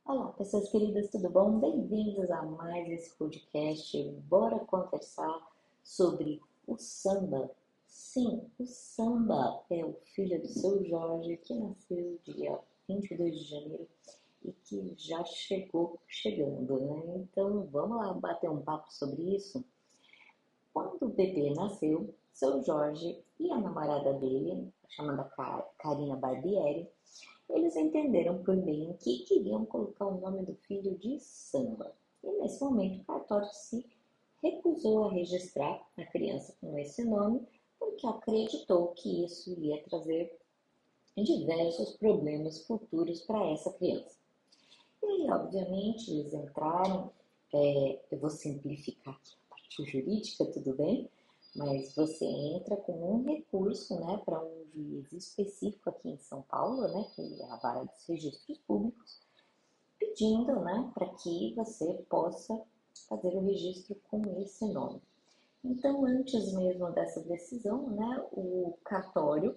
Olá, pessoas queridas, tudo bom? Bem-vindos a mais esse podcast. Bora conversar sobre o samba. Sim, o samba é o filho do seu Jorge, que nasceu dia 22 de janeiro e que já chegando, né? Então, vamos lá bater um papo sobre isso. Quando o bebê nasceu, seu Jorge e a namorada dele, chamada Karina Barbieri, eles entenderam por bem que queriam colocar o nome do filho de Samba. E nesse momento o cartório se recusou a registrar a criança com esse nome, porque acreditou que isso ia trazer diversos problemas futuros para essa criança. E aí, obviamente, eles entraram, eu vou simplificar aqui a parte jurídica, tudo bem? Mas você entra com um recurso, né, para um juiz específico aqui em São Paulo, né, que é a Vara dos Registros Públicos, pedindo, né, para que você possa fazer o registro com esse nome. Então, antes mesmo dessa decisão, né, o cartório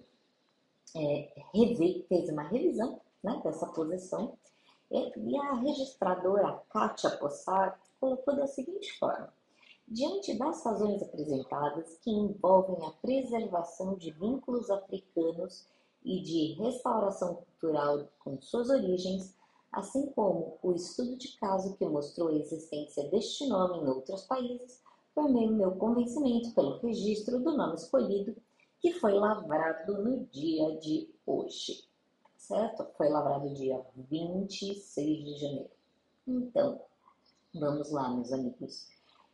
fez uma revisão, né, dessa posição e a registradora Kátia Possar colocou da seguinte forma: diante das razões apresentadas, que envolvem a preservação de vínculos africanos e de restauração cultural com suas origens, assim como o estudo de caso que mostrou a existência deste nome em outros países, formei meu convencimento pelo registro do nome escolhido, que foi lavrado no dia de hoje, certo? Foi lavrado dia 26 de janeiro. Então, vamos lá, meus amigos.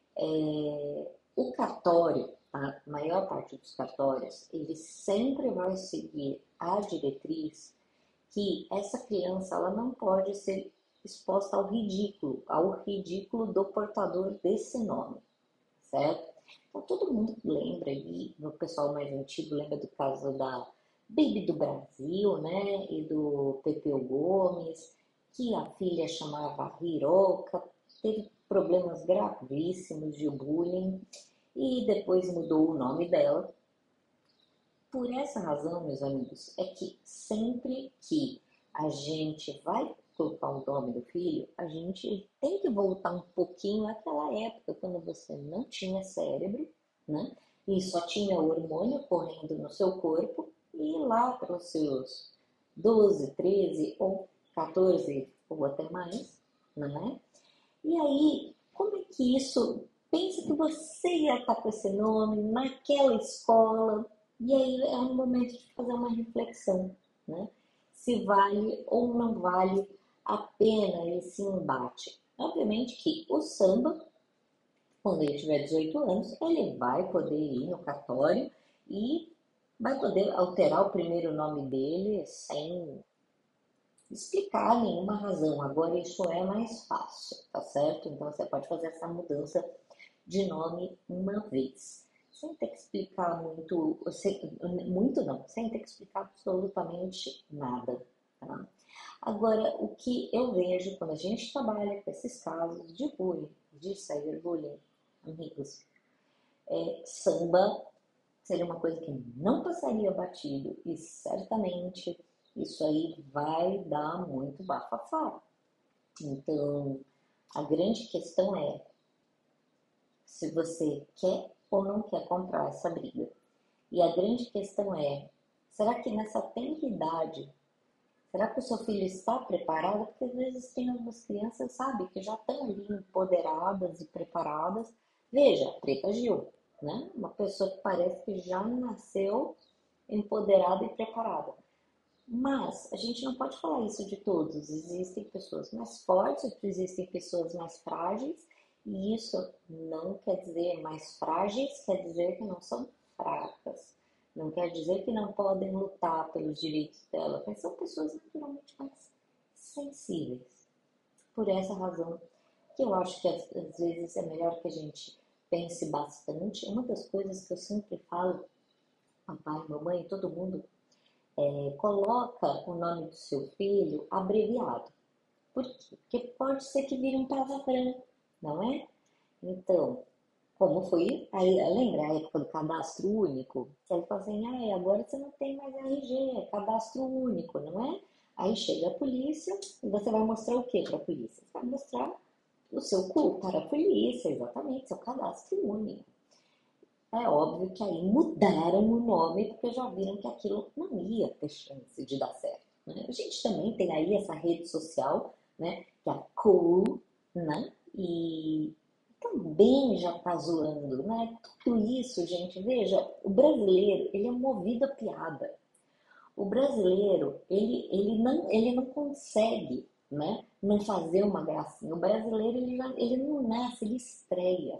O cartório, a maior parte dos cartórios, ele sempre vai seguir a diretriz que essa criança ela não pode ser exposta ao ridículo do portador desse nome, certo? Então todo mundo lembra, e o pessoal mais antigo lembra do caso da Baby do Brasil, né? E do Pepeu Gomes, que a filha chamava Hiroka, teve problemas gravíssimos de bullying e depois mudou o nome dela. Por essa razão, meus amigos, é que sempre que a gente vai colocar o nome do filho, a gente tem que voltar um pouquinho àquela época, quando você não tinha cérebro, né? E só tinha hormônio correndo no seu corpo, e lá para os seus 12, 13 ou 14 ou até mais, não é? E aí, como é que isso? Pensa que você ia estar com esse nome naquela escola, e aí é um momento de fazer uma reflexão, né? Se vale ou não vale a pena esse embate. Obviamente que o samba, quando ele tiver 18 anos, ele vai poder ir no cartório e vai poder alterar o primeiro nome dele sem explicar nenhuma razão. Agora isso é mais fácil, tá certo? Então você pode fazer essa mudança de nome uma vez, sem ter que explicar muito, muito não, sem ter que explicar absolutamente nada, tá? Agora, o que eu vejo quando a gente trabalha com esses casos de bullying, de cyberbullying, amigos, samba seria uma coisa que não passaria batido e certamente isso aí vai dar muito bafafá. Então, a grande questão é se você quer ou não quer comprar essa briga. E a grande questão é, será que nessa tenra idade, será que o seu filho está preparado? Porque às vezes tem algumas crianças, sabe, que já estão ali empoderadas e preparadas. Veja, a Preta Gil, né? Uma pessoa que parece que já nasceu empoderada e preparada. Mas a gente não pode falar isso de todos. Existem pessoas mais fortes, existem pessoas mais frágeis, e isso não quer dizer mais frágeis, quer dizer que não são fracas. Não quer dizer que não podem lutar pelos direitos dela, mas são pessoas naturalmente mais sensíveis. Por essa razão que eu acho que às vezes é melhor que a gente pense bastante. Uma das coisas que eu sempre falo, papai, mamãe, todo mundo, coloca o nome do seu filho abreviado. Por quê? Porque pode ser que vire um palavrão, não é? Então, como foi, aí, lembra a época do cadastro único? Que ele falou assim, agora você não tem mais RG, é cadastro único, não é? Aí chega a polícia e você vai mostrar o que para a polícia? Você vai mostrar o seu CUP para a polícia, exatamente, seu cadastro único. É óbvio que aí mudaram o nome porque já viram que aquilo não ia ter chance de dar certo, né? A gente também tem aí essa rede social, né, que é a Cool, né? E também já tá zoando, né? Tudo isso, gente, veja, o brasileiro, ele é movido a piada. O brasileiro, ele não consegue, né, não fazer uma gracinha. O brasileiro, ele não nasce, ele estreia.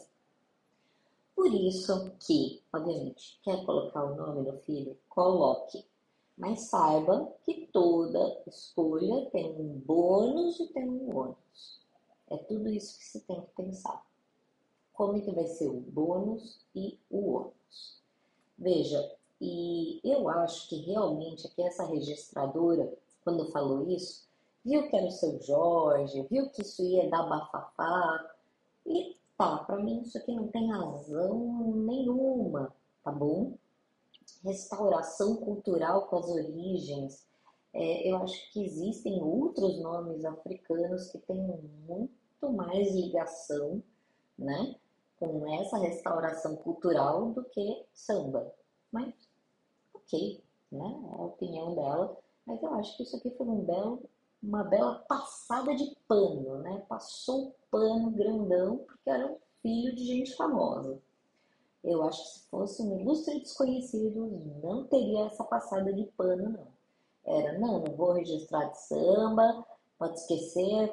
Por isso que, obviamente, quer colocar o nome do filho, coloque. Mas saiba que toda escolha tem um bônus e tem um ônus. É tudo isso que se tem que pensar. Como é que vai ser o bônus e o ônus? Veja, e eu acho que realmente aqui essa registradora, quando falou isso, viu que era o seu Jorge, viu que isso ia dar bafafá, e tá, pra mim isso aqui não tem razão nenhuma, tá bom? Restauração cultural com as origens. Eu acho que existem outros nomes africanos que têm muito mais ligação, né, com essa restauração cultural do que samba. Mas, ok, né, é a opinião dela. Mas eu acho que isso aqui foi uma bela passada de pano, né? Passou o pano grandão porque era um filho de gente famosa. Eu acho que se fosse um ilustre desconhecido, não teria essa passada de pano, não. Era, não, não vou registrar de samba, pode esquecer.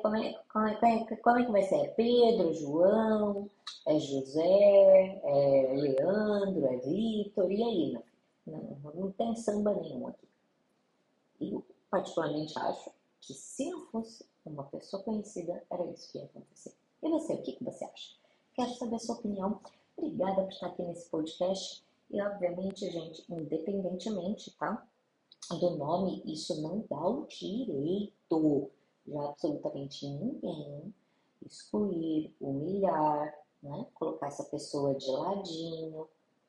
Como é que vai ser? É Pedro, João, é José, é Leandro, é Vitor, e aí, né? Não tem samba nenhum aqui. Eu, particularmente, acho que se não fosse uma pessoa conhecida, era isso que ia acontecer. E você, o que você acha? Quero saber a sua opinião. Obrigada por estar aqui nesse podcast. E, obviamente, gente, independentemente, tá, do nome, isso não dá o direito de absolutamente ninguém excluir, humilhar, né, colocar essa pessoa de ladinho,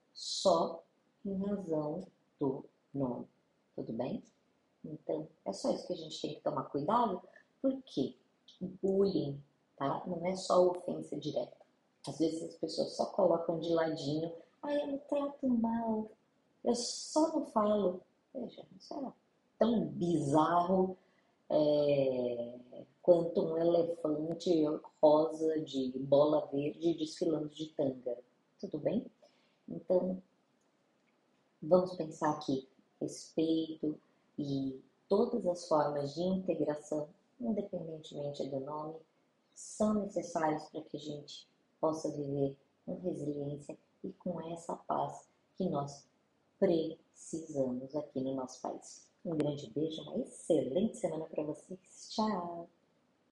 só em razão do nome. Tudo bem? Então, é só isso que a gente tem que tomar cuidado, porque bullying, tá? Não é só ofensa direta. Às vezes as pessoas só colocam de ladinho, ai, eu me trato mal, eu só não falo. Veja, isso é tão bizarro quanto um elefante rosa de bola verde desfilando de tanga. Tudo bem? Então, vamos pensar aqui, respeito e todas as formas de integração, independentemente do nome, são necessários para que a gente possa viver com resiliência e com essa paz que nós precisamos aqui no nosso país. Um grande beijo, uma excelente semana para vocês. Tchau!